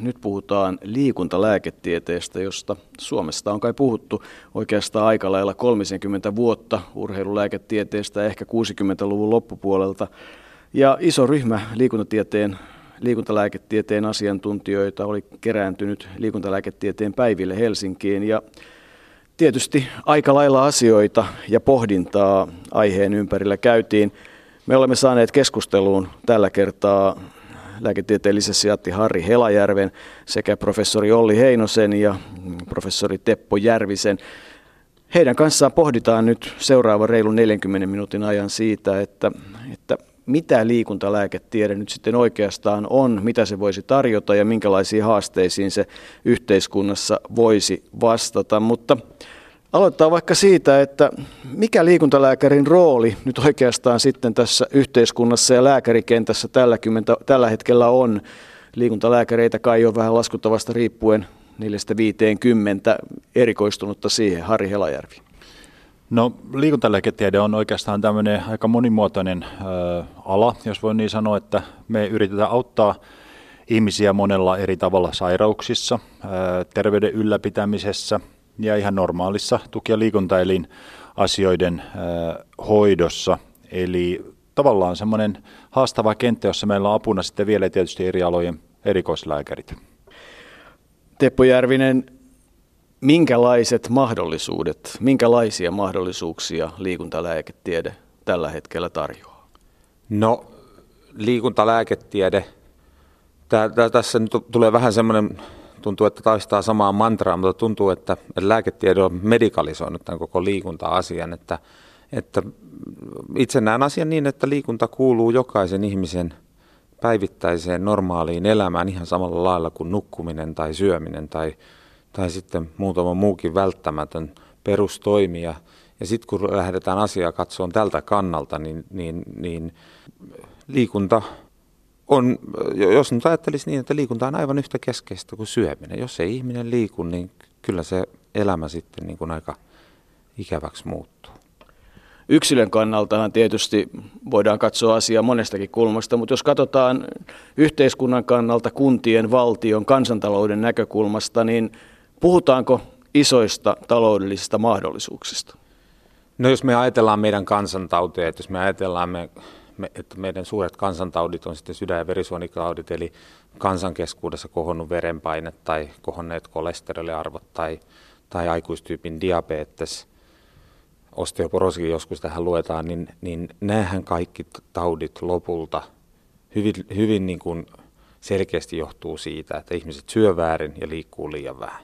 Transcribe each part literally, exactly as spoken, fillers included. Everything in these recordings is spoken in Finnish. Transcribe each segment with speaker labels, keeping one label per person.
Speaker 1: nyt puhutaan liikuntalääketieteestä, josta Suomesta on kai puhuttu oikeastaan aika lailla kolmekymmentä vuotta, urheilulääketieteestä ehkä kuusikymmentäluvun loppupuolelta. Ja iso ryhmä liikuntatieteen, liikuntalääketieteen asiantuntijoita oli kerääntynyt liikuntalääketieteen päiville Helsinkiin. Ja tietysti aika lailla asioita ja pohdintaa aiheen ympärillä käytiin. Me olemme saaneet keskusteluun tällä kertaa lääketieteen lisensiaatti Harri Helajärven sekä professori Olli Heinosen ja professori Teppo Järvisen. Heidän kanssaan pohditaan nyt seuraavan reilun neljänkymmenen minuutin ajan siitä, että, että mitä liikuntalääketiede nyt sitten oikeastaan on, mitä se voisi tarjota ja minkälaisiin haasteisiin se yhteiskunnassa voisi vastata. Mutta aloitetaan vaikka siitä, että mikä liikuntalääkärin rooli nyt oikeastaan sitten tässä yhteiskunnassa ja lääkärikentässä tällä, kymmentä, tällä hetkellä on. Liikuntalääkäreitä kai on vähän laskuttavasta riippuen neljästä viiteenkymmentä erikoistunutta siihen. Harri Helajärvi.
Speaker 2: No, liikuntalääketiede on oikeastaan tämmöinen aika monimuotoinen ö, ala, jos voi niin sanoa, että me yritetään auttaa ihmisiä monella eri tavalla sairauksissa, ö, terveyden ylläpitämisessä ja ihan normaalissa tuki- ja liikuntaelin asioiden ö, hoidossa. Eli tavallaan semmoinen haastava kenttä, jossa meillä on apuna sitten vielä tietysti eri alojen erikoislääkärit.
Speaker 1: Teppo Järvinen, minkälaiset mahdollisuudet, minkälaisia mahdollisuuksia liikuntalääketiede tällä hetkellä tarjoaa?
Speaker 3: No, liikuntalääketiede, tää, tää, tässä nyt tulee vähän semmoinen, tuntuu, että taistaa samaa mantraa, mutta tuntuu, että lääketiede on medikalisoinut tämän koko liikunta-asian, että, että itse näen asian niin, että liikunta kuuluu jokaisen ihmisen päivittäiseen normaaliin elämään ihan samalla lailla kuin nukkuminen tai syöminen tai tai sitten muutama muukin välttämätön perustoimija. Ja sitten kun lähdetään asiaa katsomaan tältä kannalta, niin, niin, niin liikunta on, jos nyt ajattelisi niin, että liikunta on aivan yhtä keskeistä kuin syöminen. Jos ei ihminen liiku, niin kyllä se elämä sitten niin kuin aika ikäväksi muuttuu.
Speaker 1: Yksilön kannaltahan tietysti voidaan katsoa asiaa monestakin kulmasta, mutta jos katsotaan yhteiskunnan kannalta, kuntien, valtion, kansantalouden näkökulmasta, niin puhutaanko isoista taloudellisista mahdollisuuksista?
Speaker 3: No jos me ajatellaan meidän kansantauteja, että jos me ajatellaan, me, me, että meidän suuret kansantaudit on sitten sydän- ja verisuonitaudit, eli kansankeskuudessa kohonnut verenpaine tai kohonneet kolesteroliarvot tai, tai aikuistyypin diabetes, osteoporosikin joskus tähän luetaan, niin, niin näähän kaikki taudit lopulta hyvin, hyvin niin kuin selkeästi johtuu siitä, että ihmiset syö väärin ja liikkuu liian vähän.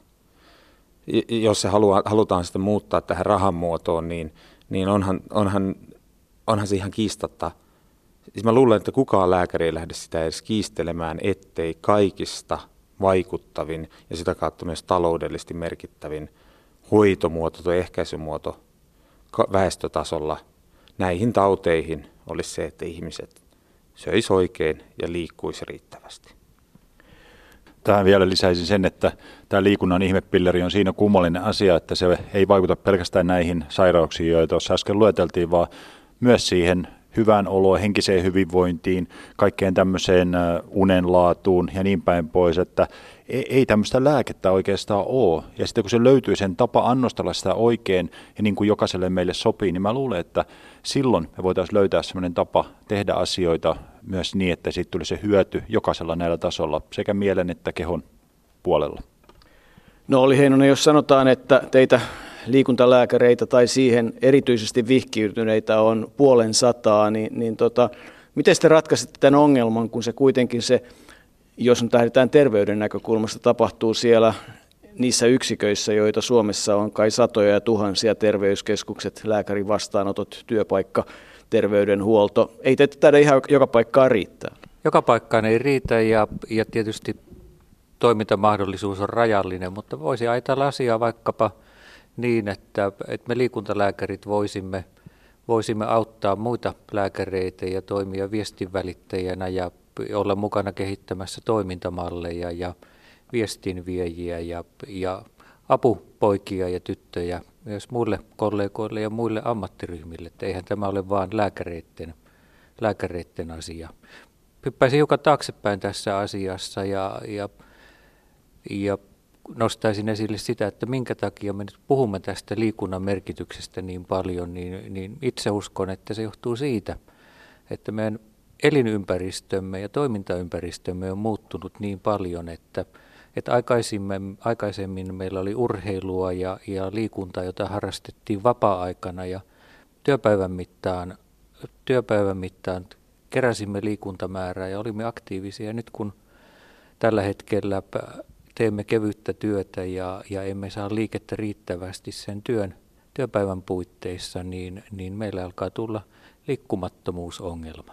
Speaker 3: Jos se haluaa, halutaan sitten muuttaa tähän rahan muotoon, niin, niin onhan, onhan, onhan se ihan kiistatta. Siis mä luulen, että kukaan lääkäri ei lähde sitä edes kiistelemään, ettei kaikista vaikuttavin ja sitä kautta myös taloudellisesti merkittävin hoitomuoto tai ehkäisymuoto väestötasolla näihin tauteihin olisi se, että ihmiset söisi oikein ja liikkuisi riittävästi.
Speaker 2: Tähän vielä lisäisin sen, että tämä liikunnan ihmepilleri on siinä kummallinen asia, että se ei vaikuta pelkästään näihin sairauksiin, joita tuossa äsken lueteltiin, vaan myös siihen hyvään oloon, henkiseen hyvinvointiin, kaikkeen tämmöiseen unen laatuun ja niin päin pois, että ei tämmöistä lääkettä oikeastaan ole. Ja sitten kun se löytyy sen tapa annostella sitä oikein ja niin kuin jokaiselle meille sopii, niin mä luulen, että silloin me voitaisiin löytää semmoinen tapa tehdä asioita myös niin, että siitä tuli se hyöty jokaisella näillä tasolla, sekä mielen että kehon puolella.
Speaker 1: No Olli Heinonen, jos sanotaan, että teitä liikuntalääkäreitä tai siihen erityisesti vihkiytyneitä on puolen sataa, niin, niin tota, miten te ratkaisitte tämän ongelman, kun se kuitenkin se, jos nyt lähdetään terveyden näkökulmasta, tapahtuu siellä niissä yksiköissä, joita Suomessa on kai satoja ja tuhansia, terveyskeskukset, lääkärin vastaanotot, työpaikka, terveydenhuolto. Ei teitä taida ihan joka paikkaan riittää.
Speaker 4: Joka paikkaan ei riitä ja, ja tietysti toimintamahdollisuus on rajallinen, mutta voisi ajatella asiaa vaikkapa niin, että, että me liikuntalääkärit voisimme, voisimme auttaa muita lääkäreitä ja toimia viestinvälittäjänä ja olla mukana kehittämässä toimintamalleja ja viestinviejiä ja, ja apupoikia ja tyttöjä myös muille kollegoille ja muille ammattiryhmille. Että eihän tämä ole vain lääkäreiden, lääkäreiden asia. Hyppäisin hiukan taaksepäin tässä asiassa ja, ja Ja nostaisin esille sitä, että minkä takia me nyt puhumme tästä liikunnan merkityksestä niin paljon, niin, niin itse uskon, että se johtuu siitä, että meidän elinympäristömme ja toimintaympäristömme on muuttunut niin paljon, että, että aikaisemmin, aikaisemmin meillä oli urheilua ja, ja liikuntaa, jota harrastettiin vapaa-aikana ja työpäivän mittaan, työpäivän mittaan keräsimme liikuntamäärää ja olimme aktiivisia. Nyt kun tällä hetkellä teemme kevyttä työtä ja, ja emme saa liikettä riittävästi sen työn, työpäivän puitteissa, niin, niin meillä alkaa tulla liikkumattomuusongelma.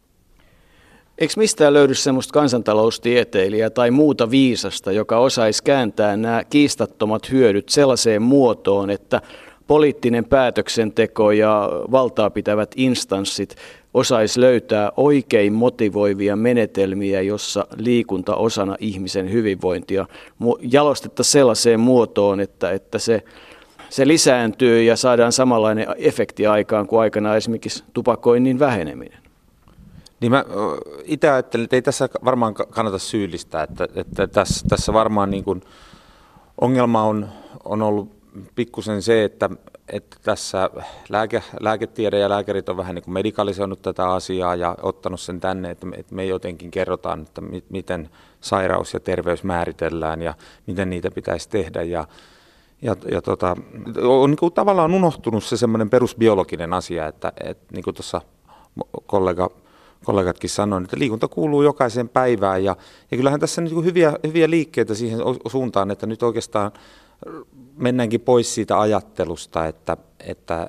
Speaker 1: Eikö mistään löydy semmoista kansantaloustieteilijää tai muuta viisasta, joka osaisi kääntää nämä kiistattomat hyödyt sellaiseen muotoon, että poliittinen päätöksenteko ja valtaa pitävät instanssit osaisi löytää oikein motivoivia menetelmiä, jossa liikunta osana ihmisen hyvinvointia jalostettaisiin sellaiseen muotoon, että, että se, se lisääntyy ja saadaan samanlainen efekti aikaan kuin aikanaan esimerkiksi tupakoinnin väheneminen.
Speaker 3: Niin mä itse ajattelin, että ei tässä varmaan kannata syyllistää, että, että tässä, tässä varmaan niin kuin ongelma on, on ollut pikkusen se, että, että tässä lääke, lääketiede ja lääkärit on vähän niin kuin medikalisoinut tätä asiaa ja ottanut sen tänne, että me, että me jotenkin kerrotaan, että mi, miten sairaus ja terveys määritellään ja miten niitä pitäisi tehdä. Ja, ja, ja tota, on niin kuin tavallaan unohtunut se semmoinen perusbiologinen asia, että, että niin kuin tuossa kollega kollegatkin sanoivat, että liikunta kuuluu jokaiseen päivään ja, ja kyllähän tässä on niin hyviä, hyviä liikkeitä siihen suuntaan, että nyt oikeastaan mennäänkin pois siitä ajattelusta, että, että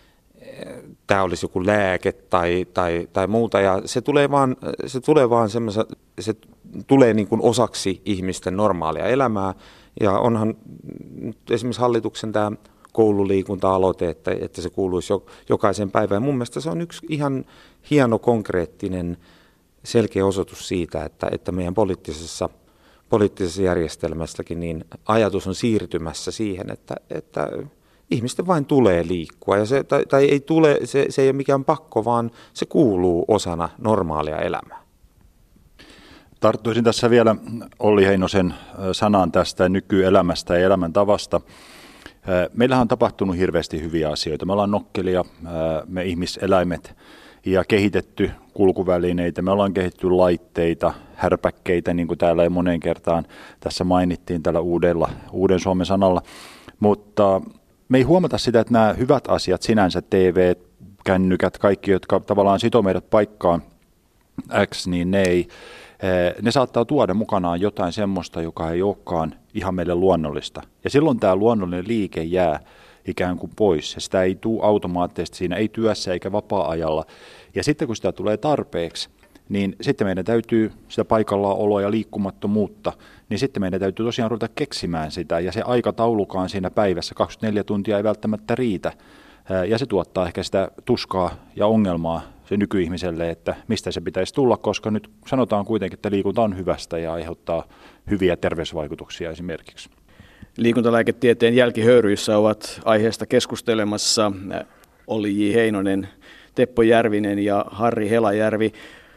Speaker 3: tämä olisi joku lääke tai, tai, tai muuta ja se tulee vaan, se tulee vaan semmoisen, se tulee niin kuin osaksi ihmisten normaalia elämää ja onhan esimerkiksi hallituksen tämä koululiikunta-aloite, että, että se kuuluisi jokaisen päivään. Mun mielestä se on yksi ihan hieno, konkreettinen, selkeä osoitus siitä, että, että meidän poliittisessa, poliittisessa järjestelmässäkin niin ajatus on siirtymässä siihen, että, että ihmisten vain tulee liikkua. Ja se, tai, tai ei tule, se, se ei ole mikään pakko, vaan se kuuluu osana normaalia elämää.
Speaker 2: Tarttuisin tässä vielä Olli Heinosen sanaan tästä nykyelämästä ja elämäntavasta. Meillähän on tapahtunut hirveästi hyviä asioita. Me ollaan nokkelia, me ihmiseläimet ja kehitetty kulkuvälineitä. Me ollaan kehitetty laitteita, härpäkkeitä, niin kuin täällä jo moneen kertaan tässä mainittiin tällä uudella, uuden Suomen sanalla. Mutta me ei huomata sitä, että nämä hyvät asiat sinänsä, T V, kännykät, kaikki, jotka tavallaan sitoo meidät paikkaan X, niin ne ei... Ne saattaa tuoda mukanaan jotain semmoista, joka ei olekaan ihan meille luonnollista. Ja silloin tämä luonnollinen liike jää ikään kuin pois. Ja sitä ei tule automaattisesti siinä, ei työssä eikä vapaa-ajalla. Ja sitten kun sitä tulee tarpeeksi, niin sitten meidän täytyy sitä paikallaan oloa ja liikkumattomuutta, niin sitten meidän täytyy tosiaan ruveta keksimään sitä. Ja se aikataulukaan siinä päivässä, kaksikymmentäneljä tuntia ei välttämättä riitä. Ja se tuottaa ehkä sitä tuskaa ja ongelmaa se nykyihmiselle, että mistä se pitäisi tulla, koska nyt sanotaan kuitenkin, että liikunta on hyvästä ja aiheuttaa hyviä terveysvaikutuksia esimerkiksi.
Speaker 1: Liikuntalääketieteen jälkihöyryissä ovat aiheesta keskustelemassa Olli J. Heinonen, Teppo Järvinen ja Harri Helajärvi.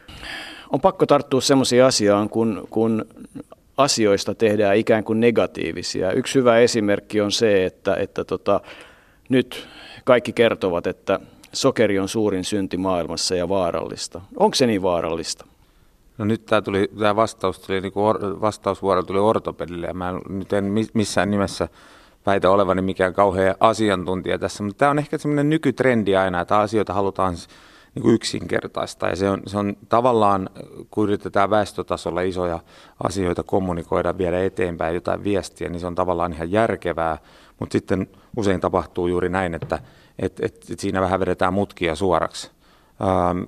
Speaker 1: On pakko tarttua semmoisiin asiaan, kun, kun asioista tehdään ikään kuin negatiivisia. Yksi hyvä esimerkki on se, että, että tota, nyt kaikki kertovat, että sokeri on suurin synti maailmassa ja vaarallista. Onko se niin vaarallista?
Speaker 3: No nyt tämä, tuli, tämä vastaus tuli, niin kuin or, vastausvuoro tuli ortopedille ja mä nyt en missään nimessä väitä olevani mikään kauhean asiantuntija tässä, mutta tämä on ehkä semmoinen nykytrendi aina, että asioita halutaan niin kuin yksinkertaista ja se on, se on tavallaan, kun yritetään väestötasolla isoja asioita kommunikoida, viedä eteenpäin jotain viestiä, niin se on tavallaan ihan järkevää, mutta sitten usein tapahtuu juuri näin, että et, et, et siinä vähän vedetään mutkia suoraksi. Ähm,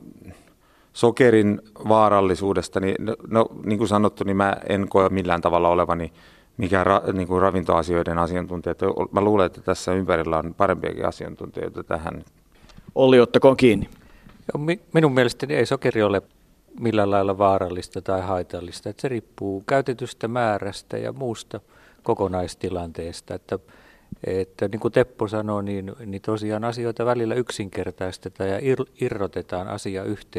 Speaker 3: sokerin vaarallisuudesta, niin, no, niin kuin sanottu, niin mä en koe millään tavalla olevani mikään ra, niin kuin ravintoasioiden asiantuntija. Mä luulen, että tässä ympärillä on parempiakin asiantuntijoita tähän.
Speaker 1: Olli, ottakoon kiinni.
Speaker 4: Minun mielestäni ei sokeri ole millään lailla vaarallista tai haitallista. Että se riippuu käytetystä määrästä ja muusta kokonaistilanteesta. Että, että niin kuin Teppo sanoi, niin, niin tosiaan asioita välillä yksinkertaistetaan ja ir, irrotetaan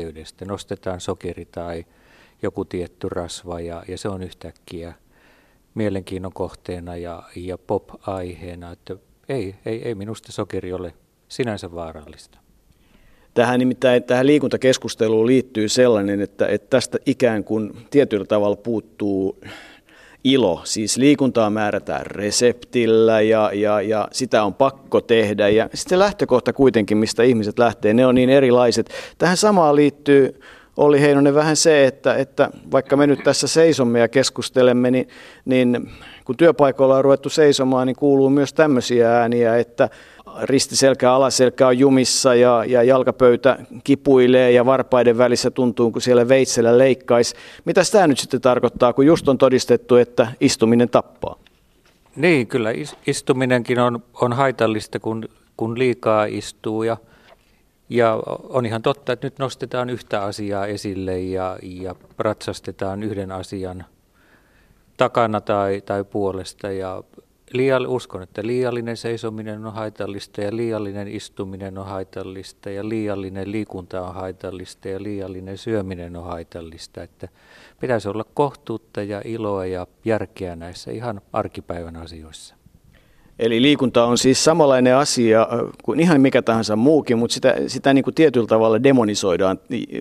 Speaker 4: asiayhteydestä. Nostetaan sokeri tai joku tietty rasva ja, ja se on yhtäkkiä mielenkiinnon kohteena ja, ja pop-aiheena, että ei, ei, ei minusta sokeri ole sinänsä vaarallista.
Speaker 1: Tähän nimittäin tähän liikuntakeskusteluun liittyy sellainen, että, että tästä ikään kuin tietyllä tavalla puuttuu ilo. Siis liikuntaa määrätään reseptillä ja, ja, ja sitä on pakko tehdä. Ja sitten se lähtökohta kuitenkin, mistä ihmiset lähtee, ne on niin erilaiset. Tähän samaan liittyy, Olli Heinonen, vähän se, että, että vaikka me nyt tässä seisomme ja keskustelemme, niin, niin kun työpaikoilla on ruvettu seisomaan, niin kuuluu myös tämmöisiä ääniä, että ristiselkä, alaselkä on jumissa ja, ja jalkapöytä kipuilee ja varpaiden välissä tuntuu, kun siellä veitsellä leikkaisi. Mitä tämä nyt sitten tarkoittaa, kun just on todistettu, että istuminen tappaa?
Speaker 4: Niin, kyllä istuminenkin on, on haitallista, kun, kun liikaa istuu ja, ja on ihan totta, että nyt nostetaan yhtä asiaa esille ja, ja ratsastetaan yhden asian takana tai, tai puolesta ja Liiall, uskon, että liiallinen seisominen on haitallista ja liiallinen istuminen on haitallista ja liiallinen liikunta on haitallista ja liiallinen syöminen on haitallista. Että pitäisi olla kohtuutta ja iloa ja järkeä näissä ihan arkipäivän asioissa.
Speaker 1: Eli liikunta on siis samanlainen asia kuin ihan mikä tahansa muukin, mutta sitä, sitä niin kuin tietyllä tavalla demonisoidaan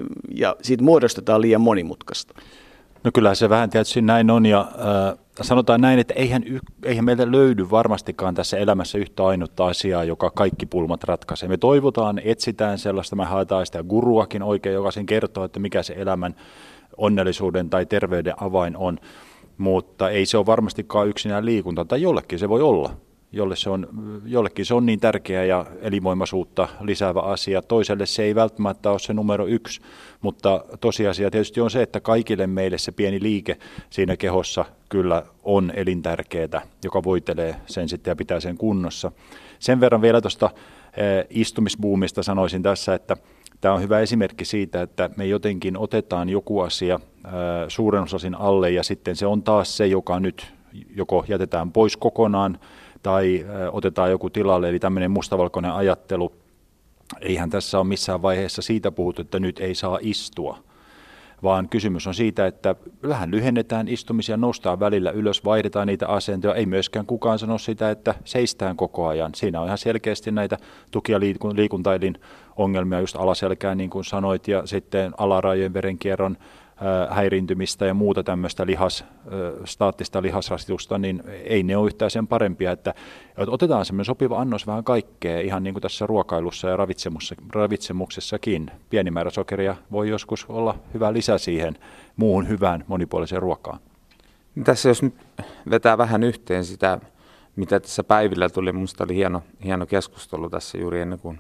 Speaker 1: ja siitä muodostetaan liian monimutkaista.
Speaker 2: No kyllä se vähän tietysti näin on ja äh, sanotaan näin, että eihän, eihän meiltä löydy varmastikaan tässä elämässä yhtä ainutta asiaa, joka kaikki pulmat ratkaisee. Me toivotaan, etsitään sellaista, me haetaan sitä guruakin oikein, joka sen kertoo, että mikä se elämän onnellisuuden tai terveyden avain on, mutta ei se ole varmastikaan yksinään liikunta, tai jollekin se voi olla. Jolle se on, jollekin se on niin tärkeä ja elinvoimaisuutta lisäävä asia. Toiselle se ei välttämättä ole se numero yksi, mutta tosiasia tietysti on se, että kaikille meille se pieni liike siinä kehossa kyllä on elintärkeää, joka voitelee sen sitten ja pitää sen kunnossa. Sen verran vielä tuosta istumisbuumista sanoisin tässä, että tämä on hyvä esimerkki siitä, että me jotenkin otetaan joku asia suuren osasin alle ja sitten se on taas se, joka nyt joko jätetään pois kokonaan, tai otetaan joku tilalle, eli tämmöinen mustavalkoinen ajattelu. Eihän tässä ole missään vaiheessa siitä puhuttu, että nyt ei saa istua, vaan kysymys on siitä, että vähän lyhennetään istumisia, noustaan välillä ylös, vaihdetaan niitä asentoja. Ei myöskään kukaan sano sitä, että seistään koko ajan. Siinä on ihan selkeästi näitä tuki- ja liikuntaelin ongelmia, just alaselkään niin kuin sanoit, ja sitten alarajojen verenkierron häiriintymistä ja muuta tämmöistä lihas, staattista lihasrasitusta, niin ei ne ole yhtään sen parempia, että otetaan semmoinen sopiva annos vähän kaikkea, ihan niin kuin tässä ruokailussa ja ravitsemuksessakin. Pieni määrä sokeria voi joskus olla hyvä lisä siihen muuhun hyvään monipuoliseen ruokaan.
Speaker 3: Tässä jos nyt vetää vähän yhteen sitä, mitä tässä päivillä tuli, minusta oli hieno, hieno keskustelu tässä juuri ennen kuin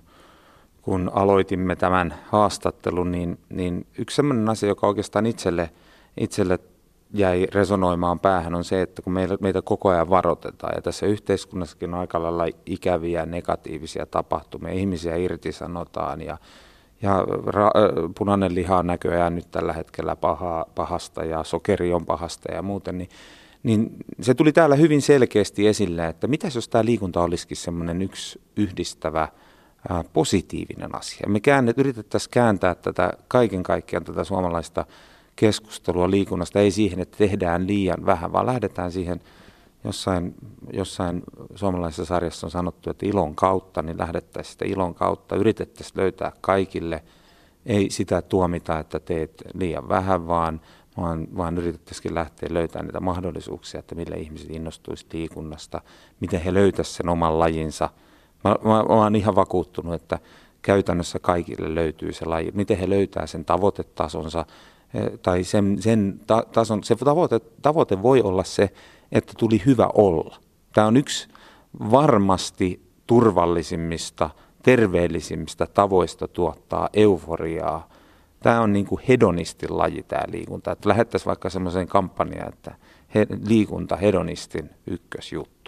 Speaker 3: kun aloitimme tämän haastattelun, niin, niin yksi sellainen asia, joka oikeastaan itselle, itselle jäi resonoimaan päähän, on se, että kun meitä, meitä koko ajan varoitetaan, ja tässä yhteiskunnassakin on aika lailla ikäviä negatiivisia tapahtumia, ihmisiä irtisanotaan, ja, ja ra, punainen liha on näköjään nyt tällä hetkellä paha, pahasta, ja sokeri on pahasta ja muuten, niin, niin se tuli täällä hyvin selkeästi esille, että mitäs jos tämä liikunta olisikin semmoinen yksi yhdistävä, positiivinen asia. Me käännet, yritettäisiin kääntää tätä kaiken kaikkiaan tätä suomalaista keskustelua liikunnasta, ei siihen, että tehdään liian vähän, vaan lähdetään siihen jossain, jossain suomalaisessa sarjassa on sanottu, että ilon kautta, niin lähdettäisiin sitä ilon kautta, yritettäisiin löytää kaikille, ei sitä tuomita, että teet liian vähän, vaan, vaan, vaan yritettäisiin lähteä löytämään niitä mahdollisuuksia, että millä ihmiset innostuisivat liikunnasta, miten he löytäisivät sen oman lajinsa. Mä, mä, mä olen ihan vakuuttunut, että käytännössä kaikille löytyy se laji. Miten he löytää sen tavoitetasonsa, tai sen, sen ta, tason, se tavoite, tavoite voi olla se, että tuli hyvä olla. Tämä on yksi varmasti turvallisimmista, terveellisimmistä tavoista tuottaa euforiaa. Tämä on niin kuin hedonistin laji tämä liikunta. Että lähettäisiin vaikka semmoiseen kampanjaan, että he, liikunta hedonistin ykkösjuttu.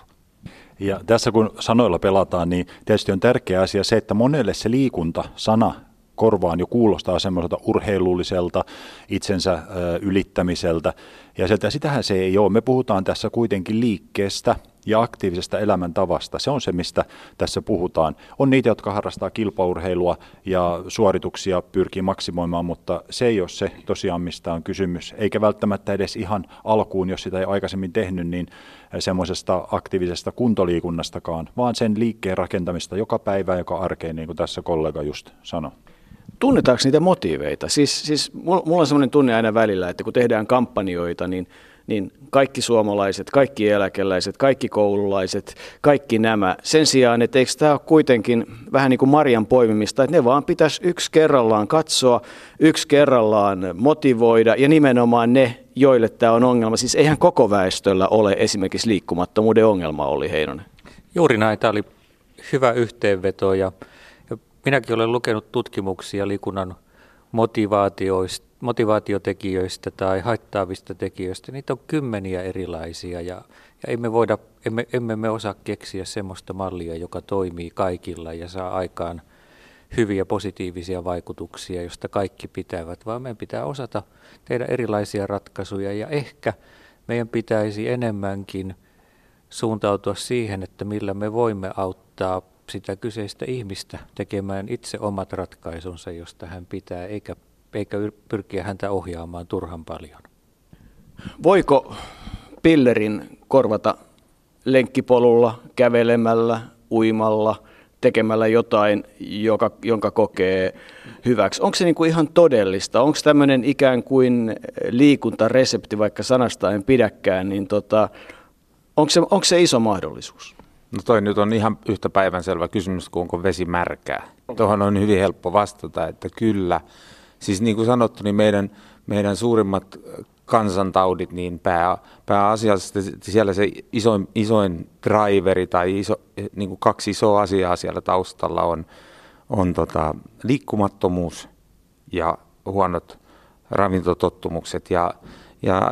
Speaker 2: Ja tässä kun sanoilla pelataan, niin tietysti on tärkeä asia se, että monelle se liikunta-sana korvaan jo kuulostaa semmoiselta urheilulliselta, itsensä ö, ylittämiseltä. Ja sieltä, sitähän se ei ole. Me puhutaan tässä kuitenkin liikkeestä, ja aktiivisesta elämäntavasta. Se on se, mistä tässä puhutaan. On niitä, jotka harrastaa kilpaurheilua ja suorituksia pyrkii maksimoimaan, mutta se ei ole se tosiaan, mistä on kysymys. Eikä välttämättä edes ihan alkuun, jos sitä ei aikaisemmin tehnyt, niin semmoisesta aktiivisesta kuntoliikunnastakaan, vaan sen liikkeen rakentamista joka päivä, joka arkeen, niin kuin tässä kollega just sanoi.
Speaker 1: Tunnetaanko niitä motiiveita? Siis, siis mulla on semmoinen tunne aina välillä, että kun tehdään kampanjoita, niin, niin kaikki suomalaiset, kaikki eläkeläiset, kaikki koululaiset, kaikki nämä, sen sijaan, että eikö tämä ole kuitenkin vähän niin kuin marjan poimimista, että ne vaan pitäisi yksi kerrallaan katsoa, yksi kerrallaan motivoida ja nimenomaan ne, joille tämä on ongelma. Siis eihän koko väestöllä ole esimerkiksi liikkumattomuuden ongelma, Olli Heinonen.
Speaker 4: Juuri näin, tämä oli hyvä yhteenveto ja minäkin olen lukenut tutkimuksia liikunnan motivaatioista, motivaatiotekijöistä tai haittaavista tekijöistä. Niitä on kymmeniä erilaisia ja, ja emme, voida, emme, emme me osaa keksiä sellaista mallia, joka toimii kaikilla ja saa aikaan hyviä positiivisia vaikutuksia, joista kaikki pitävät, vaan meidän pitää osata tehdä erilaisia ratkaisuja ja ehkä meidän pitäisi enemmänkin suuntautua siihen, että millä me voimme auttaa sitä kyseistä ihmistä tekemään itse omat ratkaisunsa, josta hän pitää, eikä, eikä pyrkiä häntä ohjaamaan turhan paljon.
Speaker 1: Voiko pillerin korvata lenkkipolulla, kävelemällä, uimalla, tekemällä jotain, joka, jonka kokee hyväksi? Onko se niin kuin ihan todellista? Onko tämmöinen ikään kuin liikuntaresepti, vaikka sanasta en pidäkään, niin tota, onko se, onko se iso mahdollisuus?
Speaker 3: No toi nyt on ihan yhtä päivänselvä kysymys kuin onko vesi märkää. Tuohon on hyvin helppo vastata, että kyllä. Siis niin kuin sanottu, niin meidän, meidän suurimmat kansantaudit, niin pää, pääasiassa siellä se isoin, isoin driveri tai iso, niin kuin kaksi isoa asiaa siellä taustalla on, on tota, liikkumattomuus ja huonot ravintotottumukset. Ja, ja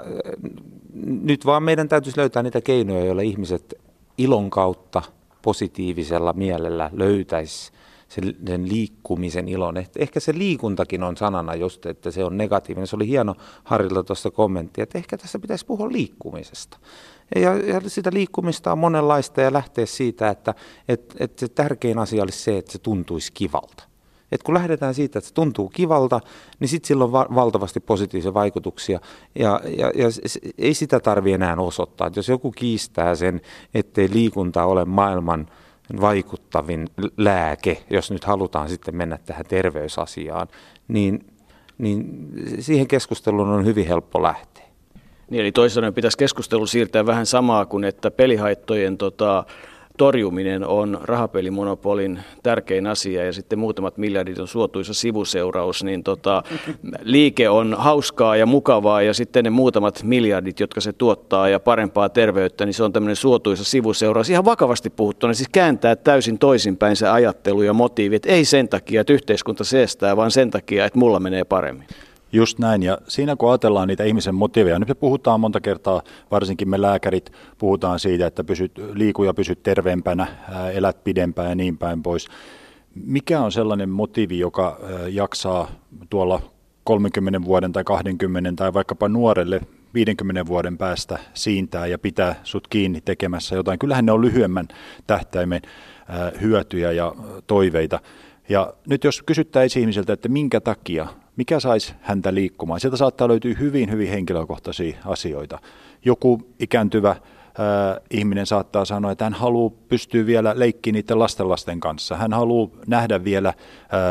Speaker 3: nyt vaan meidän täytyisi löytää niitä keinoja, joilla ihmiset ilon kautta positiivisella mielellä löytäisi sen, sen liikkumisen ilon. Ehkä se liikuntakin on sanana just, että se on negatiivinen. Se oli hieno Harrilta tuosta kommenttia, että ehkä tässä pitäisi puhua liikkumisesta. Ja, ja sitä liikkumista on monenlaista ja lähteä siitä, että et, et se tärkein asia olisi se, että se tuntuisi kivalta. Et kun lähdetään siitä, että se tuntuu kivalta, niin sitten sillä on va- valtavasti positiivisia vaikutuksia ja, ja, ja ei sitä tarvitse enää osoittaa. Et jos joku kiistää sen, ettei liikunta ole maailman vaikuttavin lääke, jos nyt halutaan sitten mennä tähän terveysasiaan, niin, niin siihen keskusteluun on hyvin helppo lähteä.
Speaker 1: Niin, eli toisin sanoen pitäisi keskustelu siirtää vähän samaa kuin, että pelihaittojen tota, torjuminen on rahapelimonopolin tärkein asia ja sitten muutamat miljardit on suotuisa sivuseuraus, niin tota, liike on hauskaa ja mukavaa ja sitten ne muutamat miljardit, jotka se tuottaa ja parempaa terveyttä, niin se on tämmöinen suotuisa sivuseuraus. Ihan vakavasti puhuttuna, siis kääntää täysin toisinpäin se ajattelu ja motiivi, että ei sen takia, että yhteiskunta seestää, vaan sen takia, että mulla menee paremmin.
Speaker 2: Just näin, ja siinä kun ajatellaan niitä ihmisen motiiveja, nyt me puhutaan monta kertaa, varsinkin me lääkärit, puhutaan siitä, että pysyt, liiku ja pysyt terveempänä, elät pidempään ja niin päin pois. Mikä on sellainen motiivi, joka jaksaa tuolla kolmenkymmenen vuoden tai kaksikymmentä tai vaikkapa nuorelle viidenkymmenen vuoden päästä siintää ja pitää sut kiinni tekemässä jotain? Kyllähän ne on lyhyemmän tähtäimen hyötyjä ja toiveita. Ja nyt jos kysyttäisiin ihmisiltä, että minkä takia, mikä saisi häntä liikkumaan, sieltä saattaa löytyä hyvin, hyvin henkilökohtaisia asioita. Joku ikääntyvä äh, ihminen saattaa sanoa, että hän haluaa pystyä vielä leikkiä niiden lastenlasten kanssa. Hän haluaa nähdä vielä äh,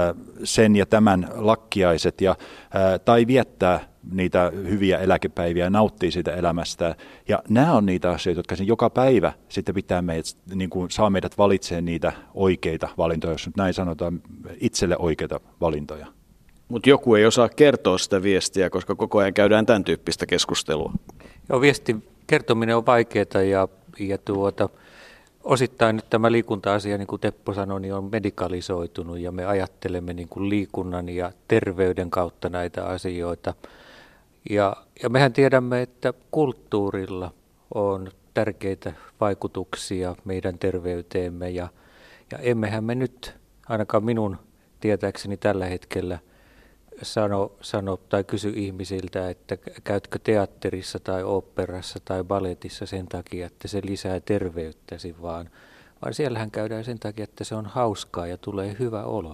Speaker 2: sen ja tämän lakkiaiset ja, äh, tai viettää niitä hyviä eläkepäiviä ja nauttii siitä elämästä. Ja nämä on niitä asioita, jotka sen joka päivä sitten pitää meidät, niin kuin saa meidät valitsemaan niitä oikeita valintoja, jos nyt näin sanotaan, itselle oikeita valintoja.
Speaker 1: Mutta joku ei osaa kertoa sitä viestiä, koska koko ajan käydään tämän tyyppistä keskustelua.
Speaker 4: Joo, viestin kertominen on vaikeaa ja, ja tuota, osittain nyt tämä liikunta-asia, niin kuin Teppo sanoi, niin on medikalisoitunut ja me ajattelemme niin kuin liikunnan ja terveyden kautta näitä asioita. Ja, ja mehän tiedämme, että kulttuurilla on tärkeitä vaikutuksia meidän terveyteemme ja, ja emmehän me nyt, ainakaan minun tietääkseni tällä hetkellä, sano, sano tai kysy ihmisiltä, että käytkö teatterissa tai oopperassa tai balletissa sen takia, että se lisää terveyttäsi, vaan, vaan siellähän käydään sen takia, että se on hauskaa ja tulee hyvä olo.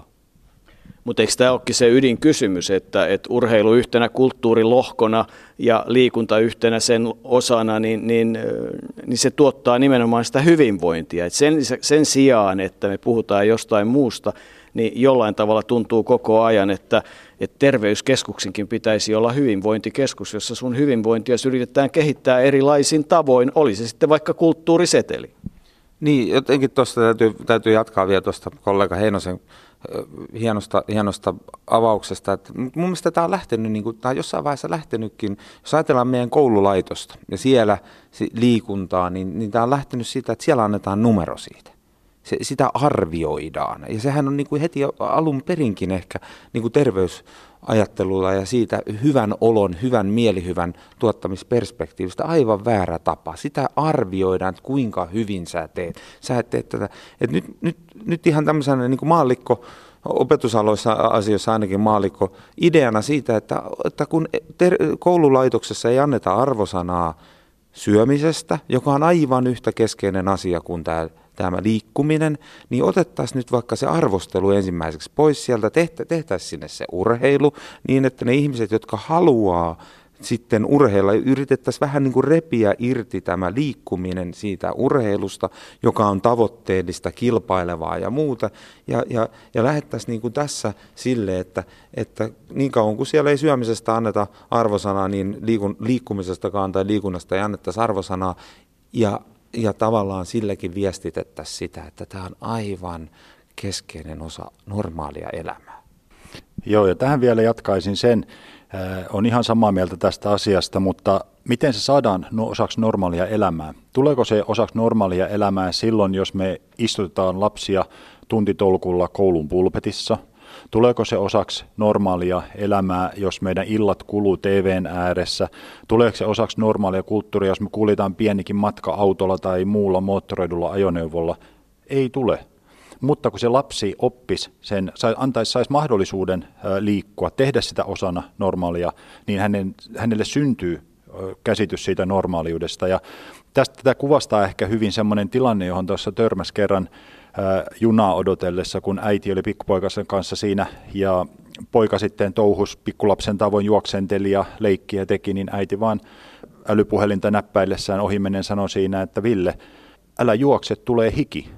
Speaker 1: Mutta eikö tämä olekin se ydinkysymys, että, että urheilu yhtenä kulttuurilohkona ja liikunta yhtenä sen osana, niin, niin, niin se tuottaa nimenomaan sitä hyvinvointia. Et sen, sen sijaan, että me puhutaan jostain muusta, niin jollain tavalla tuntuu koko ajan, että, että terveyskeskuksinkin pitäisi olla hyvinvointikeskus, jossa sun hyvinvointia yritetään kehittää erilaisin tavoin, oli se sitten vaikka kulttuuriseteli.
Speaker 3: Niin, jotenkin tuosta täytyy, täytyy jatkaa vielä tuosta kollega Heinosen hienosta, hienosta avauksesta. Että mun mielestä tämä on lähtenyt, niin kuin, tämä on jossain vaiheessa lähtenytkin, jos ajatellaan meidän koululaitosta ja siellä liikuntaa, niin, niin tämä on lähtenyt siitä, että siellä annetaan numero siitä. Se, sitä arvioidaan. Ja sehän on niin kuin heti alun perinkin ehkä niin kuin terveysajattelulla ja siitä hyvän olon, hyvän mielihyvän tuottamisperspektiivistä aivan väärä tapa. Sitä arvioidaan, että kuinka hyvin sä teet. Sä et teet tätä. Et nyt, nyt, nyt ihan tämmöisenä niin kuin maallikko, opetusaloissa asioissa ainakin maallikko, ideana siitä, että, että kun ter- koululaitoksessa ei anneta arvosanaa syömisestä, joka on aivan yhtä keskeinen asia kuin tämä tämä liikkuminen, niin otettaisiin nyt vaikka se arvostelu ensimmäiseksi pois sieltä, tehtä, tehtäisiin sinne se urheilu, niin että ne ihmiset, jotka haluaa sitten urheilla, yritettäisiin vähän niin kuin repiä irti tämä liikkuminen siitä urheilusta, joka on tavoitteellista, kilpailevaa ja muuta, ja, ja, ja lähdettäisiin niin kuin tässä sille, että, että niin kauan kuin siellä ei syömisestä anneta arvosanaa, niin liikun, liikkumisestakaan tai liikunnasta ei annettaisi arvosanaa, ja Ja tavallaan silläkin viestitettäisiin sitä, että tämä on aivan keskeinen osa normaalia elämää.
Speaker 2: Joo, ja tähän vielä jatkaisin sen. Äh, on ihan samaa mieltä tästä asiasta, mutta miten se saadaan no, osaksi normaalia elämää? Tuleeko se osaksi normaalia elämää silloin, jos me istutetaan lapsia tuntitolkulla koulun pulpetissa? Tuleeko se osaksi normaalia elämää, jos meidän illat kuluu T V:n ääressä? Tuleeko se osaksi normaalia kulttuuria, jos me kuljetaan pienikin matka autolla tai muulla moottoroidulla ajoneuvolla? Ei tule. Mutta kun se lapsi oppisi sen, antaisi, saisi mahdollisuuden liikkua, tehdä sitä osana normaalia, niin hänen, hänelle syntyy käsitys siitä normaaliudesta. Ja tästä tätä kuvastaa ehkä hyvin semmoinen tilanne, johon tuossa törmäsi kerran junaa odotellessa, kun äiti oli pikkupoikansa kanssa siinä ja poika sitten touhus pikkulapsen tavoin juoksenteli ja leikkiä teki, niin äiti vaan älypuhelinta näppäillessään ohimennen sanoi siinä, että Ville, älä juokse, tulee hiki.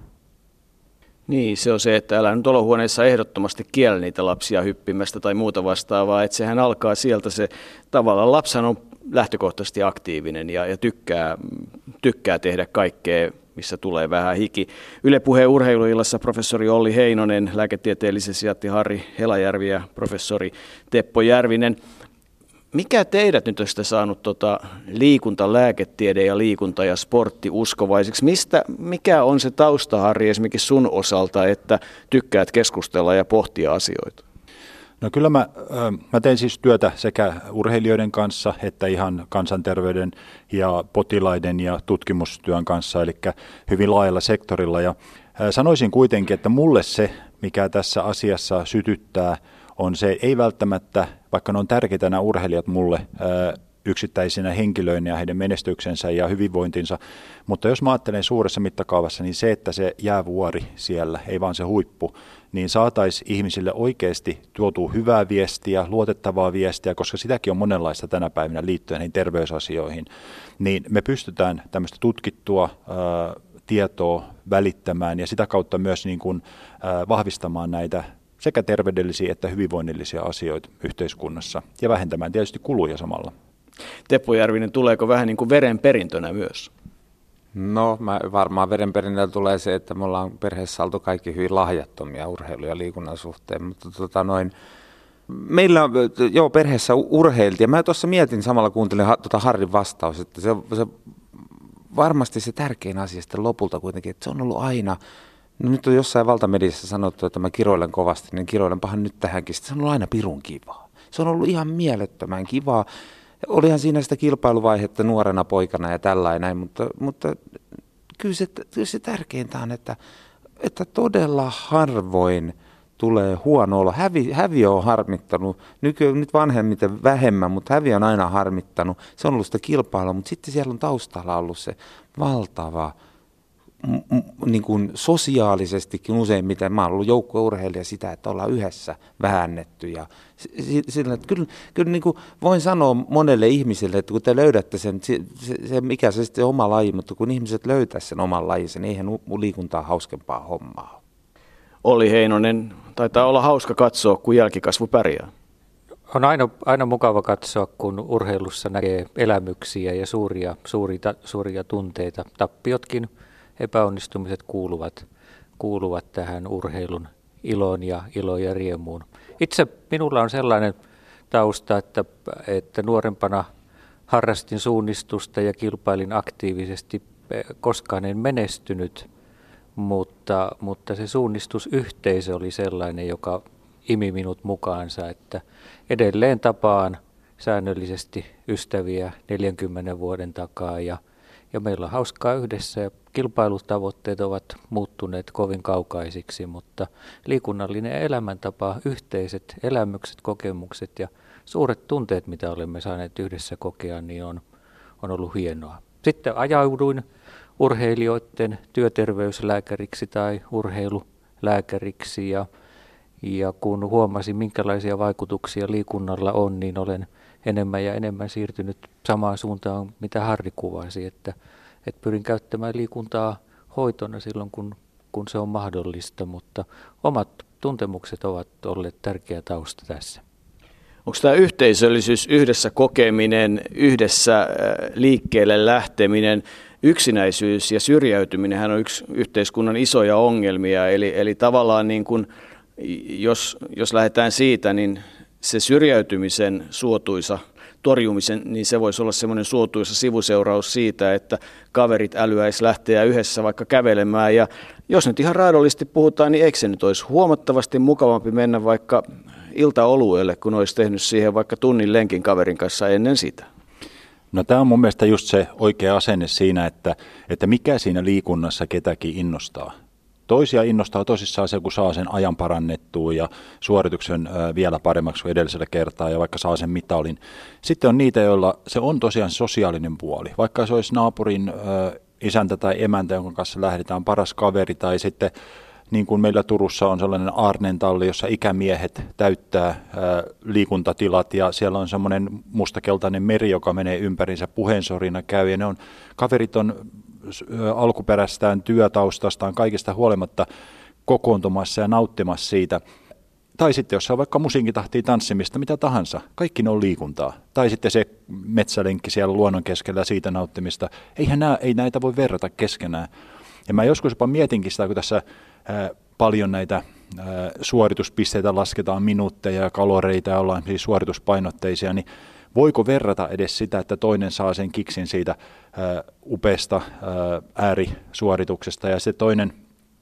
Speaker 1: Niin, se on se, että älä nyt olohuoneessa ehdottomasti kiellä niitä lapsia hyppimästä tai muuta vastaavaa, että sehän alkaa sieltä se tavallaan lapsen on lähtökohtaisesti aktiivinen ja, ja tykkää, tykkää tehdä kaikkea, missä tulee vähän hiki. Yle Puheen urheiluillassa professori Olli Heinonen, lääketieteellisen sijatti Harri Helajärvi ja professori Teppo Järvinen. Mikä teidät nyt olisitte saanut tota liikunta, lääketiede ja liikunta ja sportti uskovaiseksi? Mistä, mikä on se tausta, Harri, esimerkiksi sun osalta, että tykkäät keskustella ja pohtia asioita?
Speaker 2: No kyllä mä, mä teen siis työtä sekä urheilijoiden kanssa että ihan kansanterveyden ja potilaiden ja tutkimustyön kanssa, eli hyvin laajalla sektorilla. Ja sanoisin kuitenkin, että mulle se, mikä tässä asiassa sytyttää, on se, ei välttämättä, vaikka ne on tärkeitä nämä urheilijat mulle yksittäisinä henkilöinä ja heidän menestyksensä ja hyvinvointinsa, mutta jos mä ajattelen suuressa mittakaavassa, niin se, että se jäävuori siellä, ei vaan se huippu, niin saataisiin ihmisille oikeasti tuotua hyvää viestiä, luotettavaa viestiä, koska sitäkin on monenlaista tänä päivänä liittyen näihin terveysasioihin, niin me pystytään tämmöistä tutkittua ää, tietoa välittämään ja sitä kautta myös niin kuin, ää, vahvistamaan näitä sekä terveydellisiä että hyvinvoinnillisia asioita yhteiskunnassa ja vähentämään tietysti kuluja samalla.
Speaker 1: Teppo Järvinen, tuleeko vähän niin kuin verenperintönä myös?
Speaker 3: No mä varmaan verenperinnöllä tulee se, että me ollaan perheessä oltu kaikki hyvin lahjattomia urheilu- ja liikunnan suhteen, mutta tota noin, meillä on joo, perheessä urheiltiin. Mä tuossa mietin samalla, kuuntelin tuota Harrin vastaus, että se, se varmasti se tärkein asia sitten lopulta kuitenkin, että se on ollut aina. No nyt on jossain valtamediassa sanottu, että mä kiroilen kovasti, niin kiroilenpahan nyt tähänkin. Se on ollut aina pirun kivaa. Se on ollut ihan mielettömän kivaa. Olihan siinä sitä kilpailuvaihetta nuorena poikana ja tällainen, mutta, mutta kyllä, se, kyllä se tärkeintä on, että, että todella harvoin tulee huono olo. Hävi, häviö on harmittanut, Nyky, nyt vanhemmiten vähemmän, mutta häviö on aina harmittanut. Se on ollut sitä kilpailua, mutta sitten siellä on taustalla ollut se valtava, m- m- niin kuin sosiaalisestikin useimmiten, mä oon ollut joukkueurheilija sitä, että ollaan yhdessä väännetty. Ja sillä, että kyllä kyllä niin kuin voin sanoa monelle ihmiselle, että kun te löydätte sen, se, se, mikä se sitten oma laji, mutta kun ihmiset löytää sen oman lajinsa, niin eihän liikuntaa hauskempaa hommaa.
Speaker 1: Olli Heinonen, taitaa olla hauska katsoa, kun jälkikasvu pärjää.
Speaker 4: On aina, aina mukava katsoa, kun urheilussa näkee elämyksiä ja suuria, suuria, suuria tunteita. Tappiotkin, epäonnistumiset kuuluvat, kuuluvat tähän urheilun iloon ja, iloon ja riemuun. Itse minulla on sellainen tausta, että, että nuorempana harrastin suunnistusta ja kilpailin aktiivisesti. Koskaan en menestynyt, mutta, mutta se suunnistusyhteisö oli sellainen, joka imi minut mukaansa, että edelleen tapaan säännöllisesti ystäviä neljänkymmenen vuoden takaa ja, ja meillä on hauskaa yhdessä ja kilpailutavoitteet ovat muuttuneet kovin kaukaisiksi, mutta liikunnallinen elämäntapa, yhteiset elämykset, kokemukset ja suuret tunteet, mitä olemme saaneet yhdessä kokea, niin on, on ollut hienoa. Sitten ajauduin urheilijoiden työterveyslääkäriksi tai urheilulääkäriksi ja Ja kun huomasin, minkälaisia vaikutuksia liikunnalla on, niin olen enemmän ja enemmän siirtynyt samaan suuntaan, mitä Harri kuvasi, että, että pyrin käyttämään liikuntaa hoitona silloin, kun, kun se on mahdollista, mutta omat tuntemukset ovat olleet tärkeä tausta tässä.
Speaker 1: Onko tämä yhteisöllisyys, yhdessä kokeminen, yhdessä liikkeelle lähteminen, yksinäisyys ja syrjäytyminenhän on yksi yhteiskunnan isoja ongelmia, eli, eli tavallaan niin kuin Jos, jos lähdetään siitä, niin se syrjäytymisen suotuisa torjumisen, niin se voisi olla semmoinen suotuisa sivuseuraus siitä, että kaverit älyäisi lähteä yhdessä vaikka kävelemään. Ja jos nyt ihan raadollisesti puhutaan, niin eikö se nyt olisi huomattavasti mukavampi mennä vaikka iltaolueelle, kun olisi tehnyt siihen vaikka tunnin lenkin kaverin kanssa ennen sitä?
Speaker 2: No tämä on mun mielestä just se oikea asenne siinä, että, että mikä siinä liikunnassa ketäkin innostaa. Toisia innostaa tosissaan se, kun saa sen ajan parannettua ja suorituksen vielä paremmaksi kuin edellisellä kertaa ja vaikka saa sen mitalin. Sitten on niitä, joilla se on tosiaan sosiaalinen puoli. Vaikka se olisi naapurin isäntä tai emäntä, jonka kanssa lähdetään, paras kaveri, tai sitten niin kuin meillä Turussa on sellainen Aarnen talli, jossa ikämiehet täyttää liikuntatilat ja siellä on semmoinen mustakeltainen meri, joka menee ympärinsä, puheensorina käy ja ne on, kaverit on alkuperäistään, työtaustastaan, kaikesta huolimatta kokoontumassa ja nauttimassa siitä. Tai sitten jos on vaikka musiinkitahtia, tanssimista, mitä tahansa, kaikki ne on liikuntaa. Tai sitten se metsälenkki siellä luonnon keskellä siitä nauttimista. Eihän nämä, ei näitä voi verrata keskenään. Ja mä joskus jopa mietinkin sitä, kun tässä ää, paljon näitä ää, suorituspisteitä lasketaan, minuutteja ja kaloreita ja ollaan siis suorituspainotteisia, niin voiko verrata edes sitä, että toinen saa sen kiksin siitä ää, upeasta ää, äärisuorituksesta ja se toinen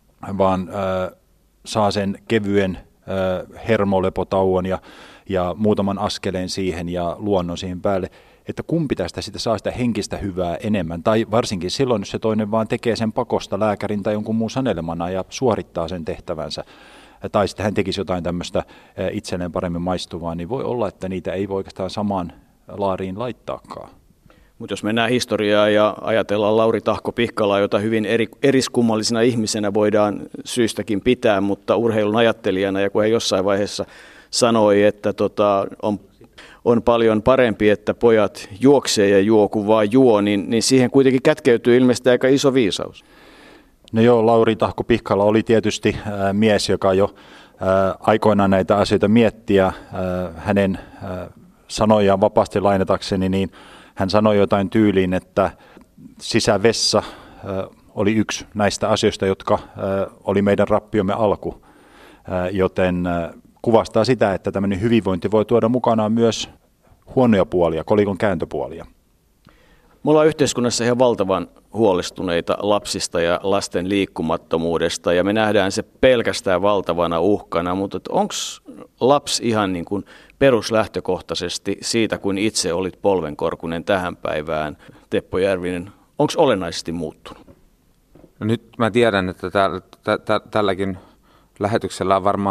Speaker 2: vaan ää, saa sen kevyen ää, hermolepotauon ja, ja muutaman askeleen siihen ja luonnon siihen päälle, että kumpi tästä sitä saa sitä henkistä hyvää enemmän. Tai varsinkin silloin, jos se toinen vaan tekee sen pakosta lääkärin tai jonkun muun sanelemana ja suorittaa sen tehtävänsä. Tai sitten hän tekisi jotain tämmöistä itselleen paremmin maistuvaa, niin voi olla, että niitä ei voi oikeastaan samaan laariin laittaakaan.
Speaker 1: Mutta jos mennään historiaan ja ajatellaan Lauri Tahko-Pihkalaa, jota hyvin eri, eriskummallisena ihmisenä voidaan syystäkin pitää, mutta urheilun ajattelijana, ja kun hän jossain vaiheessa sanoi, että tota, on, on paljon parempi, että pojat juoksee ja juo kuin vaan juo, niin, niin siihen kuitenkin kätkeytyy ilmeisesti aika iso viisaus.
Speaker 2: No joo, Lauri Tahko-Pihkala oli tietysti äh, mies, joka jo äh, aikoinaan näitä asioita miettiä. Äh, hänen äh, sanojaan vapaasti lainatakseni, niin hän sanoi jotain tyyliin, että sisävessa äh, oli yksi näistä asioista, jotka äh, oli meidän rappiomme alku. Äh, joten äh, kuvastaa sitä, että tämmöinen hyvinvointi voi tuoda mukanaan myös huonoja puolia, kolikon kääntöpuolia.
Speaker 1: Me ollaan yhteiskunnassa ihan valtavan huolestuneita lapsista ja lasten liikkumattomuudesta ja me nähdään se pelkästään valtavana uhkana, mutta onko lapsi ihan niin kuin peruslähtökohtaisesti siitä, kun itse olit polvenkorkunen tähän päivään, Teppo Järvinen, onko olennaisesti muuttunut?
Speaker 3: No nyt mä tiedän, että täl, tä, tä, tälläkin lähetyksellä on varmaan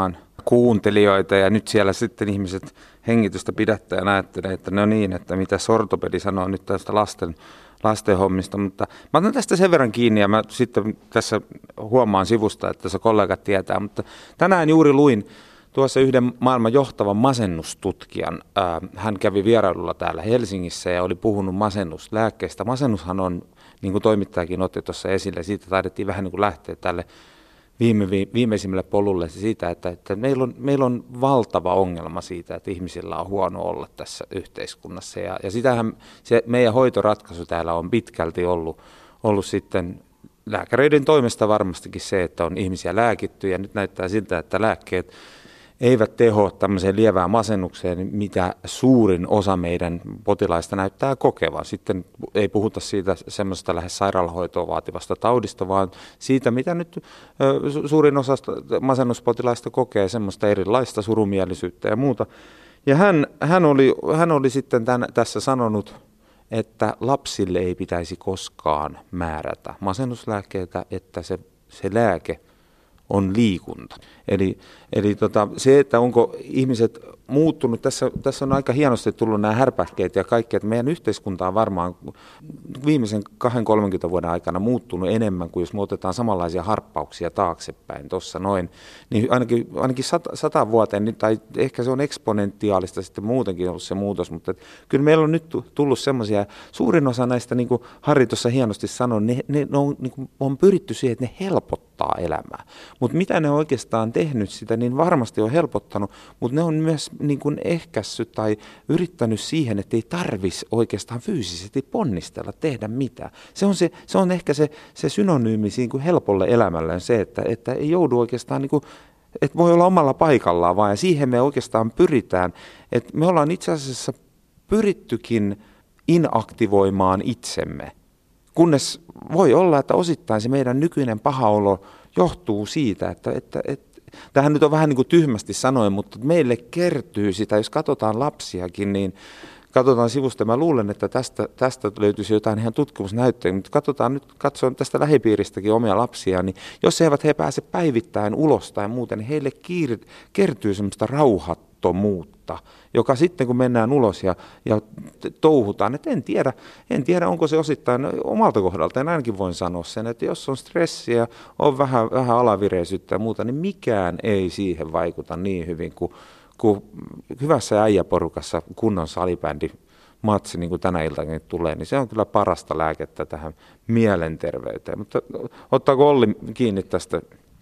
Speaker 3: kuuntelijoita ja nyt siellä sitten ihmiset hengitystä pidättää ja näyttelee, että no niin, että mitä ortopedi sanoo nyt tästä lasten, lasten hommista, mutta mä otan tästä sen verran kiinni ja mä sitten tässä huomaan sivusta, että se kollegat tietää, mutta tänään juuri luin tuossa yhden maailman johtavan masennustutkijan. Ää, hän kävi vierailulla täällä Helsingissä ja oli puhunut masennuslääkkeistä. Masennushan on, niin kuin toimittajakin otti tuossa esille, siitä taidettiin vähän niin kuin lähteä tälle viime, viimeisimmälle polulle siitä, että, että meillä, on, meillä on valtava ongelma siitä, että ihmisillä on huono olla tässä yhteiskunnassa. Ja, ja sitähän se meidän hoitoratkaisu täällä on pitkälti ollut, ollut sitten lääkäreiden toimesta varmastikin se, että on ihmisiä lääkitty ja nyt näyttää siltä, että lääkkeet eivät tehoa tämmöiseen lievään masennukseen, mitä suurin osa meidän potilaista näyttää kokevan. Sitten ei puhuta siitä semmoista lähes sairaalahoitoa vaativasta taudista, vaan siitä, mitä nyt suurin osa masennuspotilaista kokee, semmoista erilaista surumielisyyttä ja muuta. Ja hän, hän, oli, hän oli sitten tämän, tässä sanonut, että lapsille ei pitäisi koskaan määrätä masennuslääkkeitä, että se, se lääke on liikunta. Eli, eli tota, se, että onko ihmiset muuttunut, tässä, tässä on aika hienosti tullut nämä härpäkkeet ja kaikki, että meidän yhteiskunta on varmaan viimeisen kaksikymmentä kolmekymmentä vuoden aikana muuttunut enemmän kuin jos me otetaan samanlaisia harppauksia taaksepäin tuossa noin, niin ainakin, ainakin sata, sata vuoteen, tai ehkä se on eksponentiaalista sitten muutenkin ollut se muutos, mutta et, kyllä meillä on nyt tullut semmoisia, suurin osa näistä, niin kuin Harri tuossa hienosti sanoi, ne, ne, ne on, niin kuin, on pyritty siihen, että ne helpottaa elämää, mutta mitä ne on oikeastaan tehnyt sitä, niin varmasti on helpottanut, mutta ne on myös niin kuin ehkässyt tai yrittänyt siihen, että ei tarvitsisi oikeastaan fyysisesti ponnistella, tehdä mitään. Se on, se, se on ehkä se, se synonyymi niin kuin helpolle elämälle, se, että, että ei joudu oikeastaan, niin kuin, että voi olla omalla paikallaan vaan, ja siihen me oikeastaan pyritään, että me ollaan itse asiassa pyrittykin inaktivoimaan itsemme, kunnes voi olla, että osittain se meidän nykyinen paha olo johtuu siitä, että, että, että tämähän nyt on vähän niin kuin tyhmästi sanoen, mutta meille kertyy sitä, jos katsotaan lapsiakin, niin katsotaan sivusta. Mä luulen, että tästä, tästä löytyisi jotain ihan tutkimusnäyttöjä, mutta katsotaan nyt, katsoin tästä lähipiiristäkin omia lapsia, niin jos eivät he pääse päivittäin ulos tai muuten, niin heille kiir, kertyy semmoista rauhattomuutta, joka sitten kun mennään ulos ja, ja touhutaan, että en tiedä, en tiedä onko se osittain omalta kohdalta, en ainakin voin sanoa sen, että jos on stressiä, on vähän, vähän alavireisyyttä ja muuta, niin mikään ei siihen vaikuta niin hyvin kuin kun hyvässä äijäporukassa kunnon salibändi matsi, niin kuin tänä iltakin tulee, niin se on kyllä parasta lääkettä tähän mielenterveyteen. Mutta ottaako Olli kiinni tästä?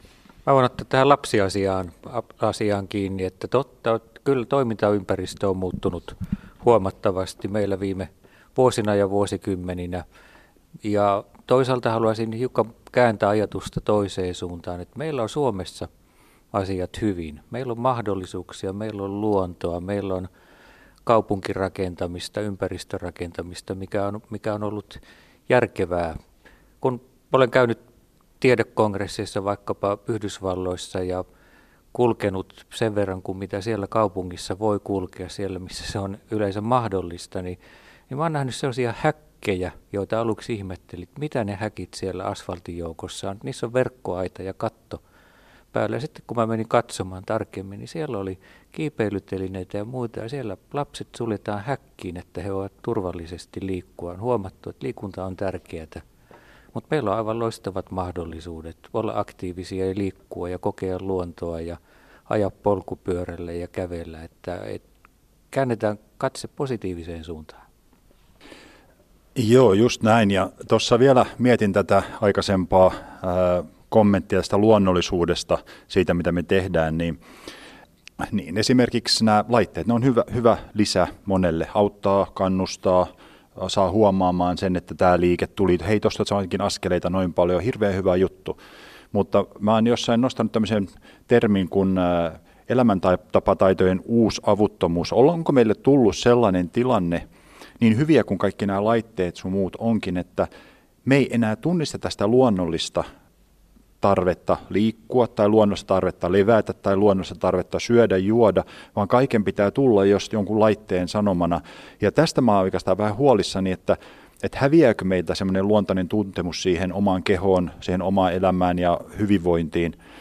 Speaker 4: Mä voin ottaa tähän lapsiasiaan asiaan kiinni, että totta, kyllä toimintaympäristö on muuttunut huomattavasti meillä viime vuosina ja vuosikymmeninä. Ja toisaalta haluaisin hiukan kääntää ajatusta toiseen suuntaan, että meillä on Suomessa asiat hyvin. Meillä on mahdollisuuksia, meillä on luontoa, meillä on kaupunkirakentamista, ympäristörakentamista, mikä on, mikä on ollut järkevää. Kun olen käynyt tiedekongresseissa vaikkapa Yhdysvalloissa ja kulkenut sen verran kuin mitä siellä kaupungissa voi kulkea, siellä missä se on yleensä mahdollista, niin, niin mä oon nähnyt sellaisia häkkejä, joita aluksi ihmettelin, mitä ne häkit siellä asfaltin joukossa on. Niissä on verkkoaita ja katto päällä. Ja sitten kun mä menin katsomaan tarkemmin, niin siellä oli kiipeilytelineitä ja muita, ja siellä lapset suljetaan häkkiin, että he voivat turvallisesti liikkua. On huomattu, että liikunta on tärkeää, mutta meillä on aivan loistavat mahdollisuudet olla aktiivisia ja liikkua ja kokea luontoa ja ajaa polkupyörällä ja kävellä, että, että käännetään katse positiiviseen suuntaan.
Speaker 2: Joo, just näin, ja tuossa vielä mietin tätä aikaisempaa ää, kommenttia tästä luonnollisuudesta, siitä mitä me tehdään, niin, niin esimerkiksi nämä laitteet, ne on hyvä, hyvä lisä monelle, auttaa, kannustaa, saa huomaamaan sen, että tämä liike tuli, hei tuosta saankin askeleita noin paljon, hirveän hyvä juttu, mutta mä oon jossain nostanut tämmöisen termin kuin elämäntapataitojen uusavuttomuus. Onko meille tullut sellainen tilanne, niin hyviä kuin kaikki nämä laitteet sun muut onkin, että me ei enää tunnista sitä luonnollista tarvetta liikkua tai luonnollista tarvetta levätä tai luonnollista tarvetta syödä, juoda, vaan kaiken pitää tulla jos jonkun laitteen sanomana. Ja tästä mä oon oikeastaan vähän huolissani, että, että häviääkö meiltä semmoinen luontainen tuntemus siihen omaan kehoon, siihen omaan elämään ja hyvinvointiin.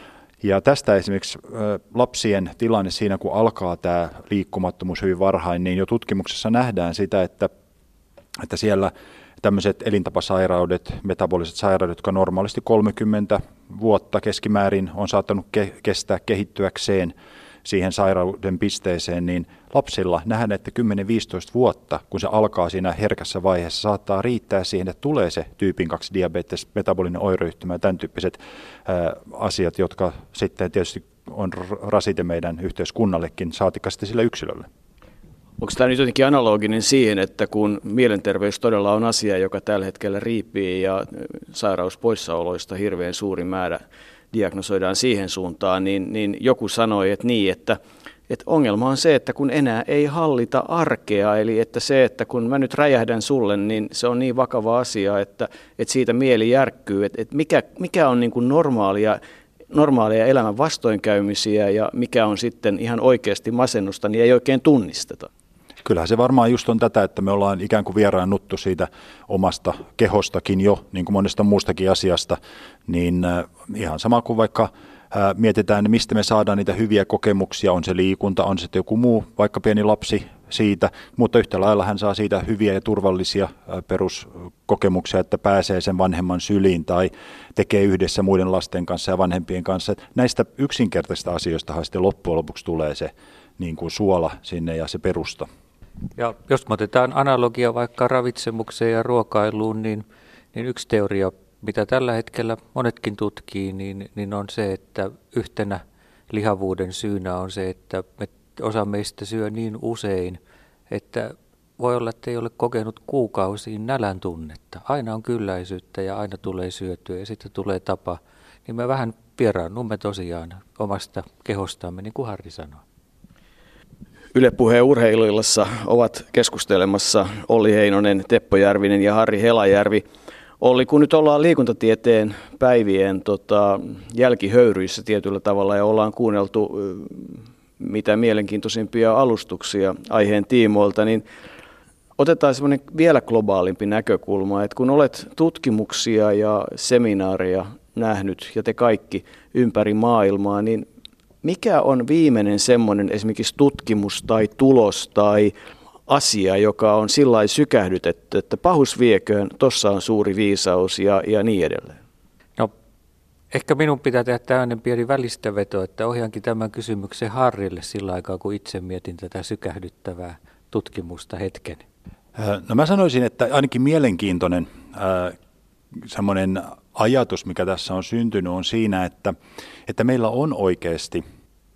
Speaker 2: Ja tästä esimerkiksi lapsien tilanne siinä, kun alkaa tämä liikkumattomuus hyvin varhain, niin jo tutkimuksessa nähdään sitä, että, että siellä tämmöiset elintapasairaudet, metaboliset sairaudet, jotka normaalisti kolmekymmentä vuotta keskimäärin on saattanut ke- kestää kehittyäkseen siihen sairauden pisteeseen, niin lapsilla nähdään, että kymmenen viisitoista vuotta, kun se alkaa siinä herkässä vaiheessa, saattaa riittää siihen, että tulee se tyypin kaksi diabetes, metabolinen oireyhtymä ja tämän tyyppiset ää, asiat, jotka sitten tietysti on rasite meidän yhteiskunnallekin, saatikka sitten sille yksilölle.
Speaker 1: Onko tämä nyt jotenkin analoginen siihen, että kun mielenterveys todella on asia, joka tällä hetkellä riippii ja sairauspoissaoloista hirveän suuri määrä diagnosoidaan siihen suuntaan, niin, niin joku sanoi, että niin, että, että ongelma on se, että kun enää ei hallita arkea, eli että se, että kun mä nyt räjähdän sulle, niin se on niin vakava asia, että, että siitä mieli järkkyy, että, että mikä, mikä on niin kuin normaalia, normaalia elämän vastoinkäymisiä ja mikä on sitten ihan oikeasti masennusta, niin ei oikein tunnisteta.
Speaker 2: Kyllähän se varmaan just on tätä, että me ollaan ikään kuin vieraannuttu siitä omasta kehostakin jo, niin kuin monesta muustakin asiasta, niin äh, ihan sama kuin vaikka äh, mietitään, mistä me saadaan niitä hyviä kokemuksia, on se liikunta, on se joku muu, vaikka pieni lapsi siitä, mutta yhtä lailla hän saa siitä hyviä ja turvallisia äh, peruskokemuksia, että pääsee sen vanhemman syliin tai tekee yhdessä muiden lasten kanssa ja vanhempien kanssa. Näistä yksinkertaisista asioistahan sitten loppujen lopuksi tulee se niin kuin suola sinne ja se perusta.
Speaker 4: Ja jos me otetaan analogia vaikka ravitsemukseen ja ruokailuun, niin, niin yksi teoria, mitä tällä hetkellä monetkin tutkii, niin, niin on se, että yhtenä lihavuuden syynä on se, että me, osa meistä syö niin usein, että voi olla, että ei ole kokenut kuukausiin nälän tunnetta. Aina on kylläisyyttä ja aina tulee syötyä ja sitten tulee tapa. Niin me vähän vieraannumme tosiaan omasta kehostamme, niin kuin Harri sanoi.
Speaker 1: Yle Puheen urheiluillassa ovat keskustelemassa Olli Heinonen, Teppo Järvinen ja Harri Helajärvi. Olli, kun nyt ollaan liikuntatieteen päivien tota, jälkihöyryissä tietyllä tavalla ja ollaan kuunneltu mitä mielenkiintoisimpia alustuksia aiheen tiimoilta, niin otetaan semmoinen vielä globaalimpi näkökulma, että kun olet tutkimuksia ja seminaareja nähnyt ja te kaikki ympäri maailmaa, niin mikä on viimeinen semmoinen esimerkiksi tutkimus tai tulos tai asia, joka on sillä lailla sykähdytetty, että pahus vieköön, tuossa on suuri viisaus ja, ja niin edelleen?
Speaker 4: No, ehkä minun pitää tehdä tämmöinen pieni välistäveto, että ohjaankin tämän kysymyksen Harrille sillä aikaa, kun itse mietin tätä sykähdyttävää tutkimusta hetken.
Speaker 2: No mä sanoisin, että ainakin mielenkiintoinen äh, semmoinen ajatus, mikä tässä on syntynyt, on siinä, että, että meillä on oikeasti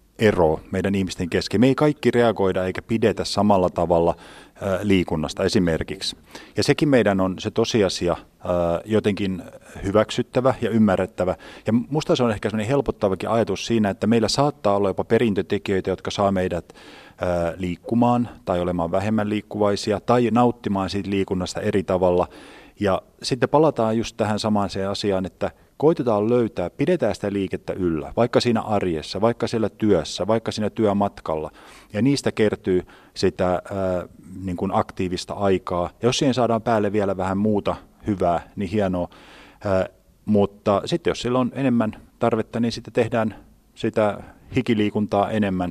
Speaker 2: ero meidän ihmisten kesken. Me ei kaikki reagoida eikä pidetä samalla tavalla ä, liikunnasta esimerkiksi. Ja sekin meidän on se tosiasia ä, jotenkin hyväksyttävä ja ymmärrettävä. Ja musta se on ehkä sellainen helpottavakin ajatus siinä, että meillä saattaa olla jopa perintötekijöitä, jotka saa meidät ä, liikkumaan tai olemaan vähemmän liikkuvaisia tai nauttimaan siitä liikunnasta eri tavalla. Ja sitten palataan just tähän samaan se asiaan, että koitetaan löytää, pidetään sitä liikettä yllä, vaikka siinä arjessa, vaikka siellä työssä, vaikka siinä työmatkalla. Ja niistä kertyy sitä ää, niin kuin aktiivista aikaa. Ja jos siihen saadaan päälle vielä vähän muuta hyvää, niin hienoa. Ää, mutta sitten jos sillä on enemmän tarvetta, niin sitten tehdään sitä hikiliikuntaa enemmän.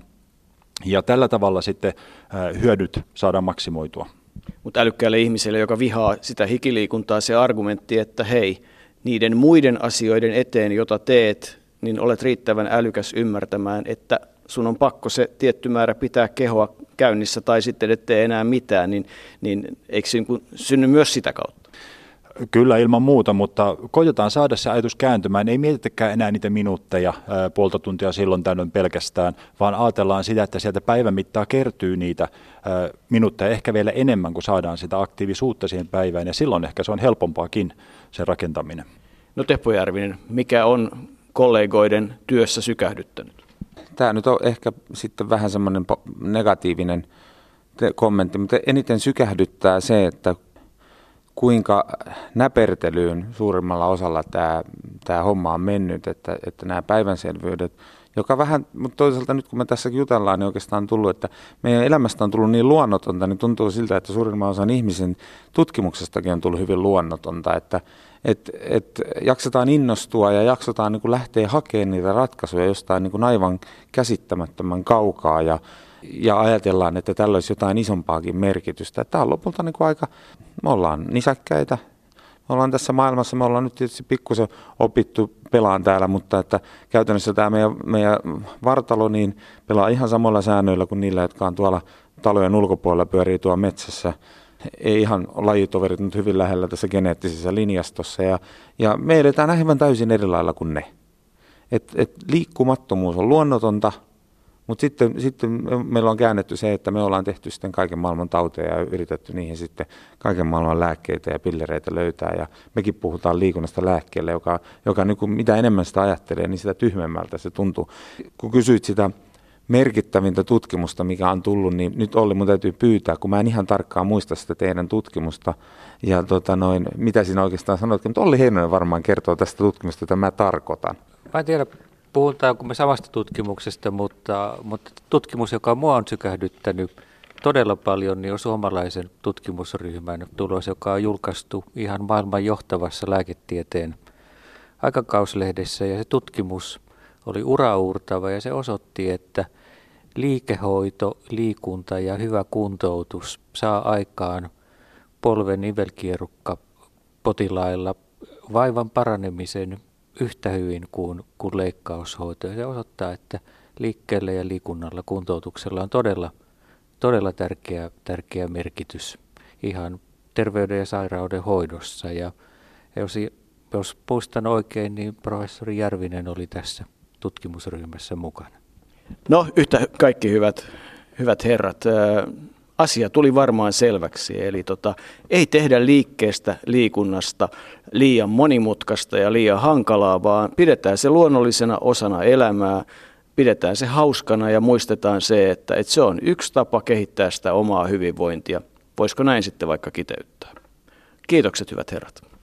Speaker 2: Ja tällä tavalla sitten ää, hyödyt saadaan maksimoitua.
Speaker 1: Mutta älykkäälle ihmiselle, joka vihaa sitä hikiliikuntaa, se argumentti, että hei, niiden muiden asioiden eteen, jota teet, niin olet riittävän älykäs ymmärtämään, että sun on pakko se tietty määrä pitää kehoa käynnissä tai sitten et tee enää mitään, niin, niin eikö se synny myös sitä kautta?
Speaker 2: Kyllä ilman muuta, mutta koitetaan saada se ajatus kääntymään. Ei mietitäkään enää niitä minuutteja, ää, puolta tuntia silloin tällöin pelkästään, vaan ajatellaan sitä, että sieltä päivän mittaa kertyy niitä ää, minuutteja ehkä vielä enemmän, kun saadaan sitä aktiivisuutta siihen päivään. Ja silloin ehkä se on helpompaakin se rakentaminen.
Speaker 1: No Teppo Järvinen, mikä on kollegoiden työssä sykähdyttänyt?
Speaker 3: Tämä nyt on ehkä sitten vähän semmoinen negatiivinen kommentti, mutta eniten sykähdyttää se, että kuinka näpertelyyn suurimmalla osalla tämä, tämä homma on mennyt, että, että nämä päivänselvyydet joka vähän, mutta toisaalta nyt kun me tässä jutellaan, niin oikeastaan on tullut, että meidän elämästä on tullut niin luonnotonta, niin tuntuu siltä, että suurimman osan ihmisen tutkimuksestakin on tullut hyvin luonnotonta, että et, et jaksetaan innostua ja jaksetaan niin kuin lähteä hakemaan niitä ratkaisuja jostain niin kuin aivan käsittämättömän kaukaa ja, ja ajatellaan, että tällä olisi jotain isompaakin merkitystä. Tämä on lopulta niin kuin aika, me ollaan nisäkkäitä. Me ollaan tässä maailmassa, me ollaan nyt tietysti pikkusen opittu pelaan täällä, mutta että käytännössä tämä meidän, meidän vartalo niin pelaa ihan samalla säännöillä kuin niillä, jotka on tuolla talojen ulkopuolella pyörii tuolla metsässä. Ei ihan lajitoverit nyt hyvin lähellä tässä geneettisessä linjastossa ja, ja me eletään aivan täysin eri lailla kuin ne. Et, et liikkumattomuus on luonnotonta. Mutta sitten, sitten meillä on käännetty se, että me ollaan tehty sitten kaiken maailman tauteja ja yritetty niihin sitten kaiken maailman lääkkeitä ja pillereitä löytää. Ja mekin puhutaan liikunnasta lääkkeelle, joka, joka niin kuin mitä enemmän sitä ajattelee, niin sitä tyhmemmältä se tuntuu. Kun kysyit sitä merkittävintä tutkimusta, mikä on tullut, niin nyt Olli, mun täytyy pyytää, kun mä en ihan tarkkaan muista sitä teidän tutkimusta. Ja tota noin, mitä siinä oikeastaan sanoitkin, mutta Olli Heinonen varmaan kertoo tästä tutkimusta, jota mä tarkoitan.
Speaker 4: Mä en tiedä, puhutaanko me samasta tutkimuksesta, mutta, mutta tutkimus, joka mua on sykähdyttänyt todella paljon, niin on suomalaisen tutkimusryhmän tulos, joka on julkaistu ihan maailman johtavassa lääketieteen aikakauslehdessä. Ja se tutkimus oli uraauurtava ja se osoitti, että liikehoito, liikunta ja hyvä kuntoutus saa aikaan polven nivelkierukka potilailla vaivan paranemisen yhtä hyvin kuin, kuin leikkaushoito. Ja se osoittaa, että liikkeellä ja liikunnalla, kuntoutuksella on todella, todella tärkeä, tärkeä merkitys ihan terveyden ja sairauden hoidossa. Ja jos, jos muistan oikein, niin professori Järvinen oli tässä tutkimusryhmässä mukana.
Speaker 1: No yhtä kaikki hyvät, hyvät herrat. Asia tuli varmaan selväksi, eli tota, ei tehdä liikkeestä, liikunnasta liian monimutkaista ja liian hankalaa, vaan pidetään se luonnollisena osana elämää, pidetään se hauskana ja muistetaan se, että, että se on yksi tapa kehittää sitä omaa hyvinvointia. Voisiko näin sitten vaikka kiteyttää? Kiitokset hyvät herrat.